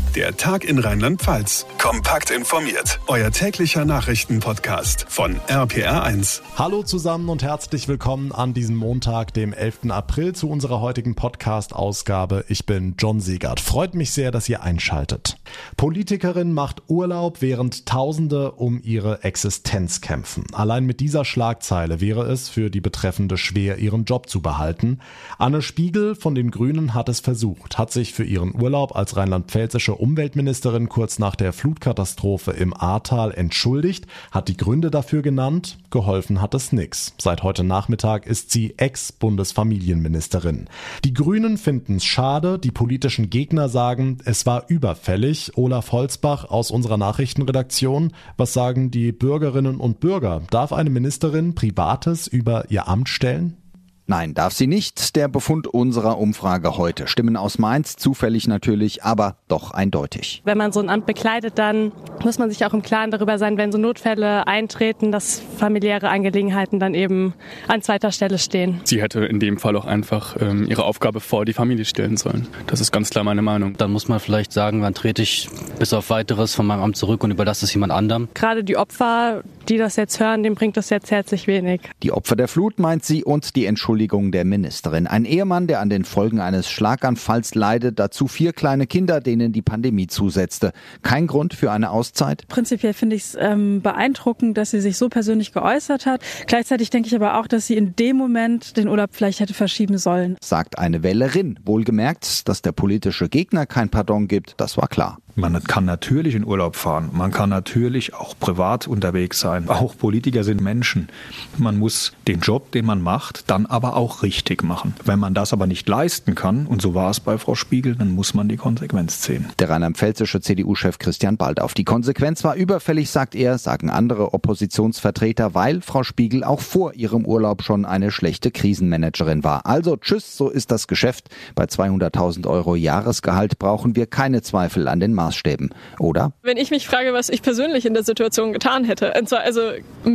Der Tag in Rheinland-Pfalz. Kompakt informiert. Euer täglicher Nachrichtenpodcast von RPR1. Hallo zusammen und herzlich willkommen an diesem Montag, dem 11. April, zu unserer heutigen Podcast-Ausgabe. Ich bin John Siegert. Freut mich sehr, dass ihr einschaltet. Politikerin macht Urlaub, während Tausende um ihre Existenz kämpfen. Allein mit dieser Schlagzeile wäre es für die Betreffende schwer, ihren Job zu behalten. Anne Spiegel von den Grünen hat es versucht, hat sich für ihren Urlaub als rheinland-pfälzische Umweltministerin kurz nach der Flutkatastrophe im Ahrtal entschuldigt, hat die Gründe dafür genannt, geholfen hat es nix. Seit heute Nachmittag ist sie Ex-Bundesfamilienministerin. Die Grünen finden es schade, die politischen Gegner sagen, es war überfällig. Olaf Holzbach aus unserer Nachrichtenredaktion, was sagen die Bürgerinnen und Bürger? Darf eine Ministerin Privates über ihr Amt stellen? Nein, darf sie nicht. Der Befund unserer Umfrage heute. Stimmen aus Mainz, zufällig natürlich, aber doch eindeutig. Wenn man so ein Amt bekleidet, dann muss man sich auch im Klaren darüber sein, wenn so Notfälle eintreten, dass familiäre Angelegenheiten dann eben an zweiter Stelle stehen. Sie hätte in dem Fall auch einfach ihre Aufgabe vor die Familie stellen sollen. Das ist ganz klar meine Meinung. Dann muss man vielleicht sagen, wann trete ich bis auf Weiteres von meinem Amt zurück und überlasse es jemand anderem. Gerade die Opfer, die das jetzt hören, denen bringt das jetzt herzlich wenig. Die Opfer der Flut meint sie und die Entschuldigung der Ministerin. Ein Ehemann, der an den Folgen eines Schlaganfalls leidet, dazu 4 kleine Kinder, denen die Pandemie zusetzte. Kein Grund für eine Auszeit? Prinzipiell finde ich es beeindruckend, dass sie sich so persönlich geäußert hat. Gleichzeitig denke ich aber auch, dass sie in dem Moment den Urlaub vielleicht hätte verschieben sollen. Sagt eine Wählerin. Wohlgemerkt, dass der politische Gegner kein Pardon gibt, das war klar. Man kann natürlich in Urlaub fahren, man kann natürlich auch privat unterwegs sein. Auch Politiker sind Menschen. Man muss den Job, den man macht, dann aber auch richtig machen. Wenn man das aber nicht leisten kann, und so war es bei Frau Spiegel, dann muss man die Konsequenz ziehen. Der rheinland-pfälzische CDU-Chef Christian Baldauf. Die Konsequenz war überfällig, sagt er, sagen andere Oppositionsvertreter, weil Frau Spiegel auch vor ihrem Urlaub schon eine schlechte Krisenmanagerin war. Also tschüss, so ist das Geschäft. Bei 200.000 € Jahresgehalt brauchen wir keine Zweifel an den Maßstäben, oder? Wenn ich mich frage, was ich persönlich in der Situation getan hätte, und zwar also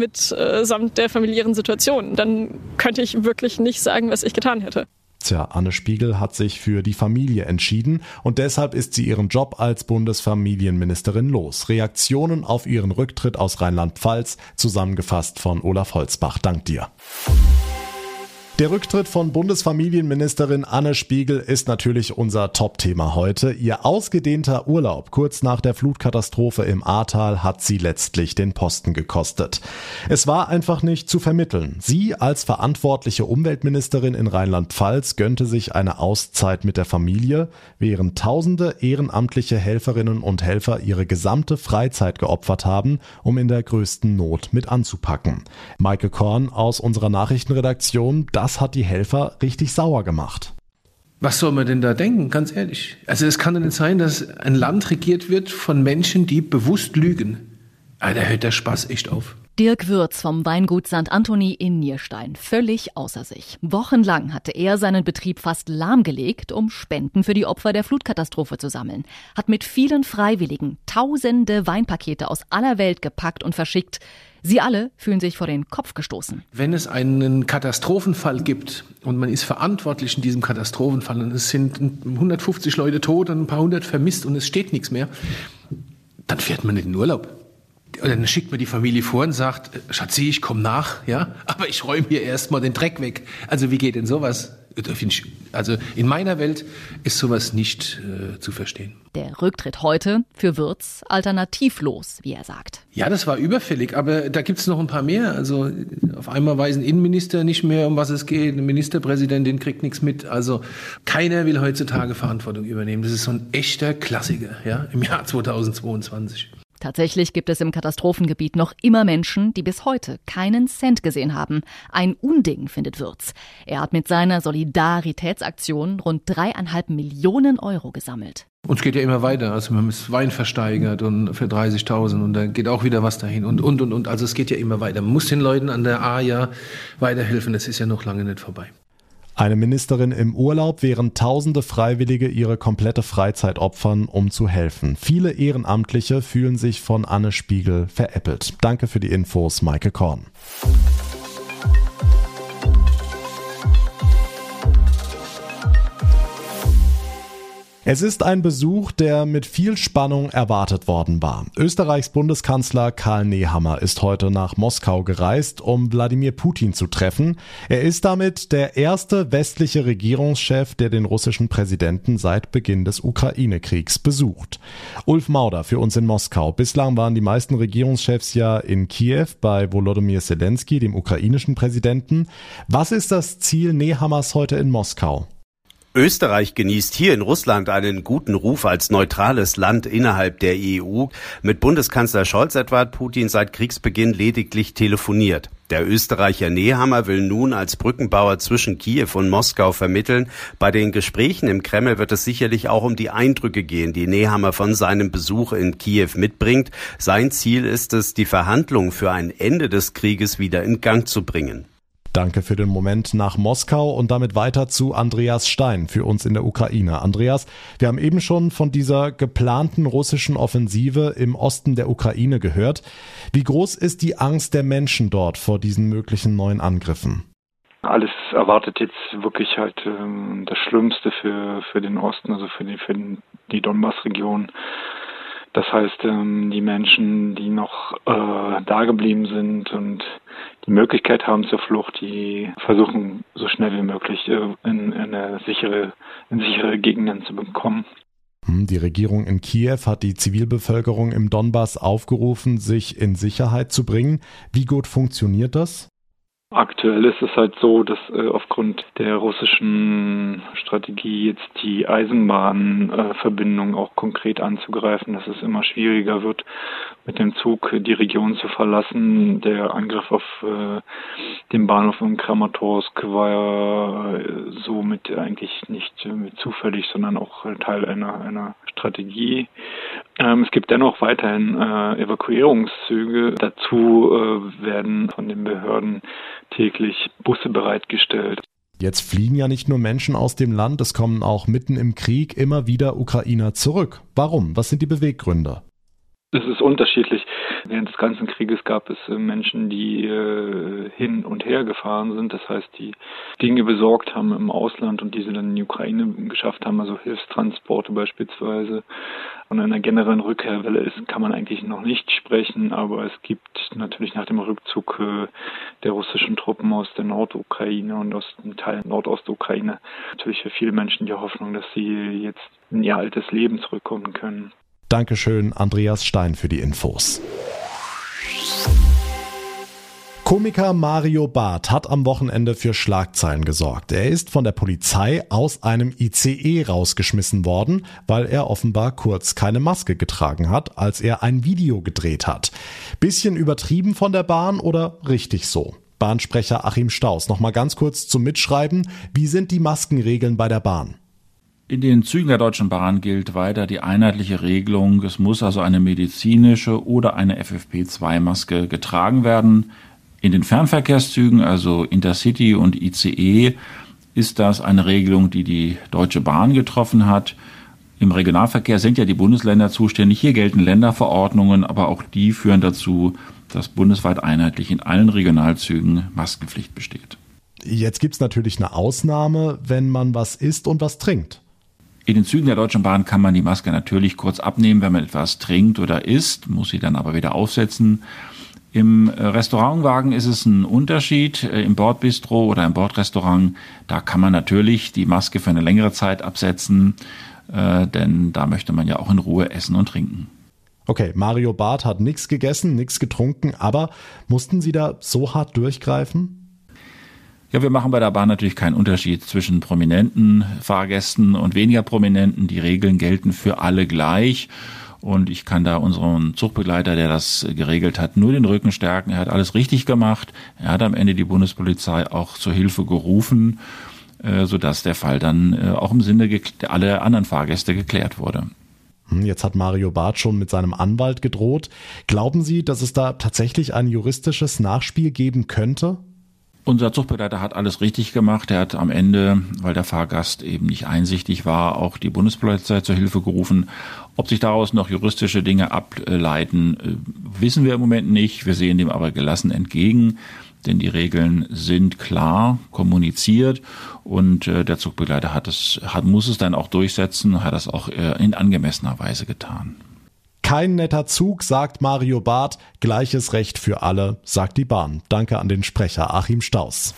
samt der familiären Situation, dann könnte ich wirklich nicht sagen, was ich getan hätte. Tja, Anne Spiegel hat sich für die Familie entschieden und deshalb ist sie ihren Job als Bundesfamilienministerin los. Reaktionen auf ihren Rücktritt aus Rheinland-Pfalz, zusammengefasst von Olaf Holzbach. Dank dir. Der Rücktritt von Bundesfamilienministerin Anne Spiegel ist natürlich unser Top-Thema heute. Ihr ausgedehnter Urlaub kurz nach der Flutkatastrophe im Ahrtal hat sie letztlich den Posten gekostet. Es war einfach nicht zu vermitteln. Sie als verantwortliche Umweltministerin in Rheinland-Pfalz gönnte sich eine Auszeit mit der Familie, während tausende ehrenamtliche Helferinnen und Helfer ihre gesamte Freizeit geopfert haben, um in der größten Not mit anzupacken. Maike Korn aus unserer Nachrichtenredaktion, das hat die Helfer richtig sauer gemacht. Was soll man denn da denken, ganz ehrlich? Also es kann doch nicht sein, dass ein Land regiert wird von Menschen, die bewusst lügen. Da hört der Spaß echt auf. Dirk Würz vom Weingut St. Anthony in Nierstein, völlig außer sich. Wochenlang hatte er seinen Betrieb fast lahmgelegt, um Spenden für die Opfer der Flutkatastrophe zu sammeln. Hat mit vielen Freiwilligen tausende Weinpakete aus aller Welt gepackt und verschickt. Sie alle fühlen sich vor den Kopf gestoßen. Wenn es einen Katastrophenfall gibt und man ist verantwortlich in diesem Katastrophenfall und es sind 150 Leute tot und ein paar hundert vermisst und es steht nichts mehr, dann fährt man nicht in den Urlaub. Oder dann schickt man die Familie vor und sagt, Schatzi, ich komme nach, ja, aber ich räume hier erstmal den Dreck weg. Also wie geht denn sowas? Also in meiner Welt ist sowas nicht zu verstehen. Der Rücktritt heute für Würz alternativlos, wie er sagt. Ja, das war überfällig, aber da gibt's noch ein paar mehr. Also auf einmal weiß ein Innenminister nicht mehr, um was es geht. Eine Ministerpräsidentin kriegt nichts mit. Also keiner will heutzutage Verantwortung übernehmen. Das ist so ein echter Klassiker, ja, im Jahr 2022. Tatsächlich gibt es im Katastrophengebiet noch immer Menschen, die bis heute keinen Cent gesehen haben. Ein Unding, findet Würz. Er hat mit seiner Solidaritätsaktion rund 3,5 Millionen € gesammelt. Und es geht ja immer weiter. Also wir haben das Wein versteigert und für 30.000 und dann geht auch wieder was dahin und. Also es geht ja immer weiter. Man muss den Leuten an der A ja weiterhelfen. Das ist ja noch lange nicht vorbei. Eine Ministerin im Urlaub, während tausende Freiwillige ihre komplette Freizeit opfern, um zu helfen. Viele Ehrenamtliche fühlen sich von Anne Spiegel veräppelt. Danke für die Infos, Maike Korn. Es ist ein Besuch, der mit viel Spannung erwartet worden war. Österreichs Bundeskanzler Karl Nehammer ist heute nach Moskau gereist, um Wladimir Putin zu treffen. Er ist damit der erste westliche Regierungschef, der den russischen Präsidenten seit Beginn des Ukraine-Kriegs besucht. Ulf Mauder für uns in Moskau. Bislang waren die meisten Regierungschefs ja in Kiew bei Volodymyr Zelensky, dem ukrainischen Präsidenten. Was ist das Ziel Nehammers heute in Moskau? Österreich genießt hier in Russland einen guten Ruf als neutrales Land innerhalb der EU. Mit Bundeskanzler Scholz etwa hat Putin seit Kriegsbeginn lediglich telefoniert. Der Österreicher Nehammer will nun als Brückenbauer zwischen Kiew und Moskau vermitteln. Bei den Gesprächen im Kreml wird es sicherlich auch um die Eindrücke gehen, die Nehammer von seinem Besuch in Kiew mitbringt. Sein Ziel ist es, die Verhandlungen für ein Ende des Krieges wieder in Gang zu bringen. Danke für den Moment nach Moskau und damit weiter zu Andreas Stein für uns in der Ukraine. Andreas, wir haben eben schon von dieser geplanten russischen Offensive im Osten der Ukraine gehört. Wie groß ist die Angst der Menschen dort vor diesen möglichen neuen Angriffen? Alles erwartet jetzt wirklich halt das Schlimmste für den Osten, also für die Donbass-Region. Das heißt, die Menschen, die noch da geblieben sind und die Möglichkeit haben zur Flucht, die versuchen so schnell wie möglich in sichere Gegenden zu bekommen. Die Regierung in Kiew hat die Zivilbevölkerung im Donbass aufgerufen, sich in Sicherheit zu bringen. Wie gut funktioniert das? Aktuell ist es halt so, dass aufgrund der russischen Strategie jetzt die Eisenbahnverbindung auch konkret anzugreifen, dass es immer schwieriger wird, mit dem Zug die Region zu verlassen. Der Angriff auf den Bahnhof in Kramatorsk war somit eigentlich nicht zufällig, sondern auch Teil einer Strategie. Es gibt dennoch weiterhin Evakuierungszüge. Dazu werden von den Behörden täglich Busse bereitgestellt. Jetzt fliehen ja nicht nur Menschen aus dem Land, es kommen auch mitten im Krieg immer wieder Ukrainer zurück. Warum? Was sind die Beweggründe? Es ist unterschiedlich. Während des ganzen Krieges gab es Menschen, die hin und her gefahren sind. Das heißt, die Dinge besorgt haben im Ausland und diese dann in die Ukraine geschafft haben, also Hilfstransporte beispielsweise. Von einer generellen Rückkehrwelle kann man eigentlich noch nicht sprechen, aber es gibt natürlich nach dem Rückzug der russischen Truppen aus der Nordukraine und aus dem Teil Nordostukraine natürlich für viele Menschen die Hoffnung, dass sie jetzt in ihr altes Leben zurückkommen können. Dankeschön, Andreas Stein, für die Infos. Komiker Mario Barth hat am Wochenende für Schlagzeilen gesorgt. Er ist von der Polizei aus einem ICE rausgeschmissen worden, weil er offenbar kurz keine Maske getragen hat, als er ein Video gedreht hat. Bisschen übertrieben von der Bahn oder richtig so? Bahnsprecher Achim Staus, nochmal ganz kurz zum Mitschreiben. Wie sind die Maskenregeln bei der Bahn? In den Zügen der Deutschen Bahn gilt weiter die einheitliche Regelung. Es muss also eine medizinische oder eine FFP2-Maske getragen werden. In den Fernverkehrszügen, also Intercity und ICE, ist das eine Regelung, die die Deutsche Bahn getroffen hat. Im Regionalverkehr sind ja die Bundesländer zuständig. Hier gelten Länderverordnungen, aber auch die führen dazu, dass bundesweit einheitlich in allen Regionalzügen Maskenpflicht besteht. Jetzt gibt's natürlich eine Ausnahme, wenn man was isst und was trinkt. In den Zügen der Deutschen Bahn kann man die Maske natürlich kurz abnehmen, wenn man etwas trinkt oder isst, muss sie dann aber wieder aufsetzen. Im Restaurantwagen ist es ein Unterschied. Im Bordbistro oder im Bordrestaurant, da kann man natürlich die Maske für eine längere Zeit absetzen, denn da möchte man ja auch in Ruhe essen und trinken. Okay, Mario Barth hat nichts gegessen, nichts getrunken, aber mussten Sie da so hart durchgreifen? Ja, wir machen bei der Bahn natürlich keinen Unterschied zwischen prominenten Fahrgästen und weniger prominenten. Die Regeln gelten für alle gleich. Und ich kann da unseren Zugbegleiter, der das geregelt hat, nur den Rücken stärken. Er hat alles richtig gemacht. Er hat am Ende die Bundespolizei auch zur Hilfe gerufen, sodass der Fall dann auch im Sinne aller anderen Fahrgäste geklärt wurde. Jetzt hat Mario Barth schon mit seinem Anwalt gedroht. Glauben Sie, dass es da tatsächlich ein juristisches Nachspiel geben könnte? Unser Zugbegleiter hat alles richtig gemacht. Er hat am Ende, weil der Fahrgast eben nicht einsichtig war, auch die Bundespolizei zur Hilfe gerufen. Ob sich daraus noch juristische Dinge ableiten, wissen wir im Moment nicht. Wir sehen dem aber gelassen entgegen. denn die Regeln sind klar kommuniziert und der Zugbegleiter muss es dann auch durchsetzen, hat das auch in angemessener Weise getan. Kein netter Zug, sagt Mario Barth. Gleiches Recht für alle, sagt die Bahn. Danke an den Sprecher Achim Staus.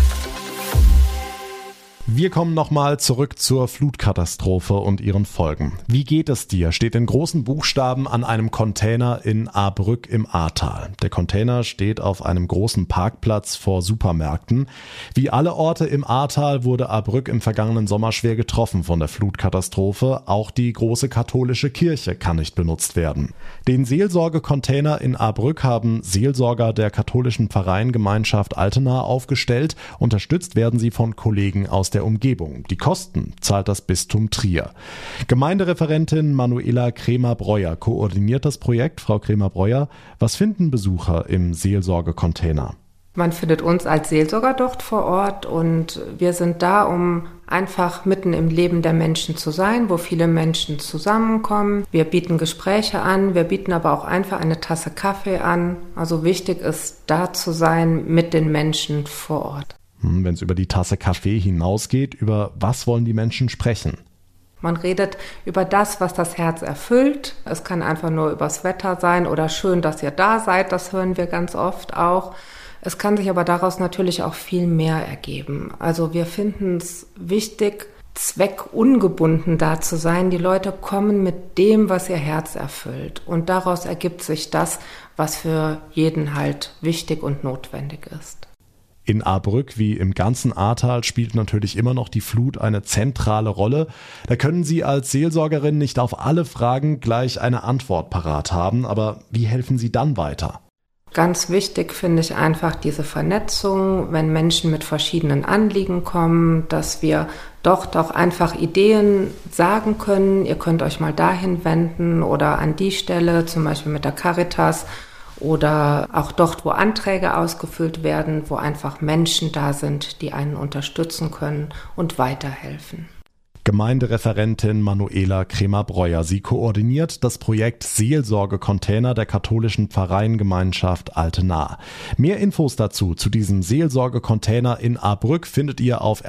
Wir kommen nochmal zurück zur Flutkatastrophe und ihren Folgen. Wie geht es dir? Steht in großen Buchstaben an einem Container in Ahrbrück im Ahrtal. Der Container steht auf einem großen Parkplatz vor Supermärkten. Wie alle Orte im Ahrtal wurde Ahrbrück im vergangenen Sommer schwer getroffen von der Flutkatastrophe. Auch die große katholische Kirche kann nicht benutzt werden. Den Seelsorgecontainer in Ahrbrück haben Seelsorger der katholischen Pfarreiengemeinschaft Altena aufgestellt. Unterstützt werden sie von Kollegen aus der Umgebung. Die Kosten zahlt das Bistum Trier. Gemeindereferentin Manuela Kremer-Breuer koordiniert das Projekt. Frau Kremer-Breuer, was finden Besucher im Seelsorgecontainer? Man findet uns als Seelsorger dort vor Ort und wir sind da, um einfach mitten im Leben der Menschen zu sein, wo viele Menschen zusammenkommen. Wir bieten Gespräche an, wir bieten aber auch einfach eine Tasse Kaffee an. Also wichtig ist, da zu sein mit den Menschen vor Ort. Wenn es über die Tasse Kaffee hinausgeht, über was wollen die Menschen sprechen? Man redet über das, was das Herz erfüllt. Es kann einfach nur übers Wetter sein oder schön, dass ihr da seid. Das hören wir ganz oft auch. Es kann sich aber daraus natürlich auch viel mehr ergeben. Also wir finden es wichtig, zweckungebunden da zu sein. Die Leute kommen mit dem, was ihr Herz erfüllt. Und daraus ergibt sich das, was für jeden halt wichtig und notwendig ist. In Ahrbrück wie im ganzen Ahrtal spielt natürlich immer noch die Flut eine zentrale Rolle. Da können Sie als Seelsorgerin nicht auf alle Fragen gleich eine Antwort parat haben. Aber wie helfen Sie dann weiter? Ganz wichtig finde ich einfach diese Vernetzung, wenn Menschen mit verschiedenen Anliegen kommen, dass wir dort auch einfach Ideen sagen können. Ihr könnt euch mal dahin wenden oder an die Stelle, zum Beispiel mit der Caritas. Oder auch dort, wo Anträge ausgefüllt werden, wo einfach Menschen da sind, die einen unterstützen können und weiterhelfen. Gemeindereferentin Manuela Kremer-Breuer. Sie koordiniert das Projekt Seelsorgecontainer der katholischen Pfarreiengemeinschaft Altena. Mehr Infos dazu, zu diesem Seelsorgecontainer in Ahrbrück, findet ihr auf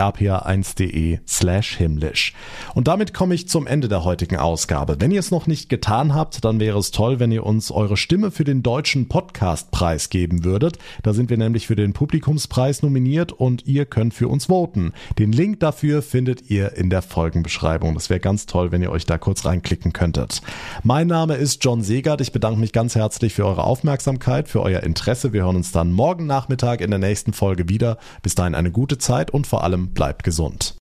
rpa1.de/himmlisch. Und damit komme ich zum Ende der heutigen Ausgabe. Wenn ihr es noch nicht getan habt, dann wäre es toll, wenn ihr uns eure Stimme für den Deutschen Podcastpreis geben würdet. Da sind wir nämlich für den Publikumspreis nominiert und ihr könnt für uns voten. Den Link dafür findet ihr in der Folgenbeschreibung. Das wäre ganz toll, wenn ihr euch da kurz reinklicken könntet. Mein Name ist John Segert. Ich bedanke mich ganz herzlich für eure Aufmerksamkeit, für euer Interesse. Wir hören uns dann morgen Nachmittag in der nächsten Folge wieder. Bis dahin eine gute Zeit und vor allem bleibt gesund.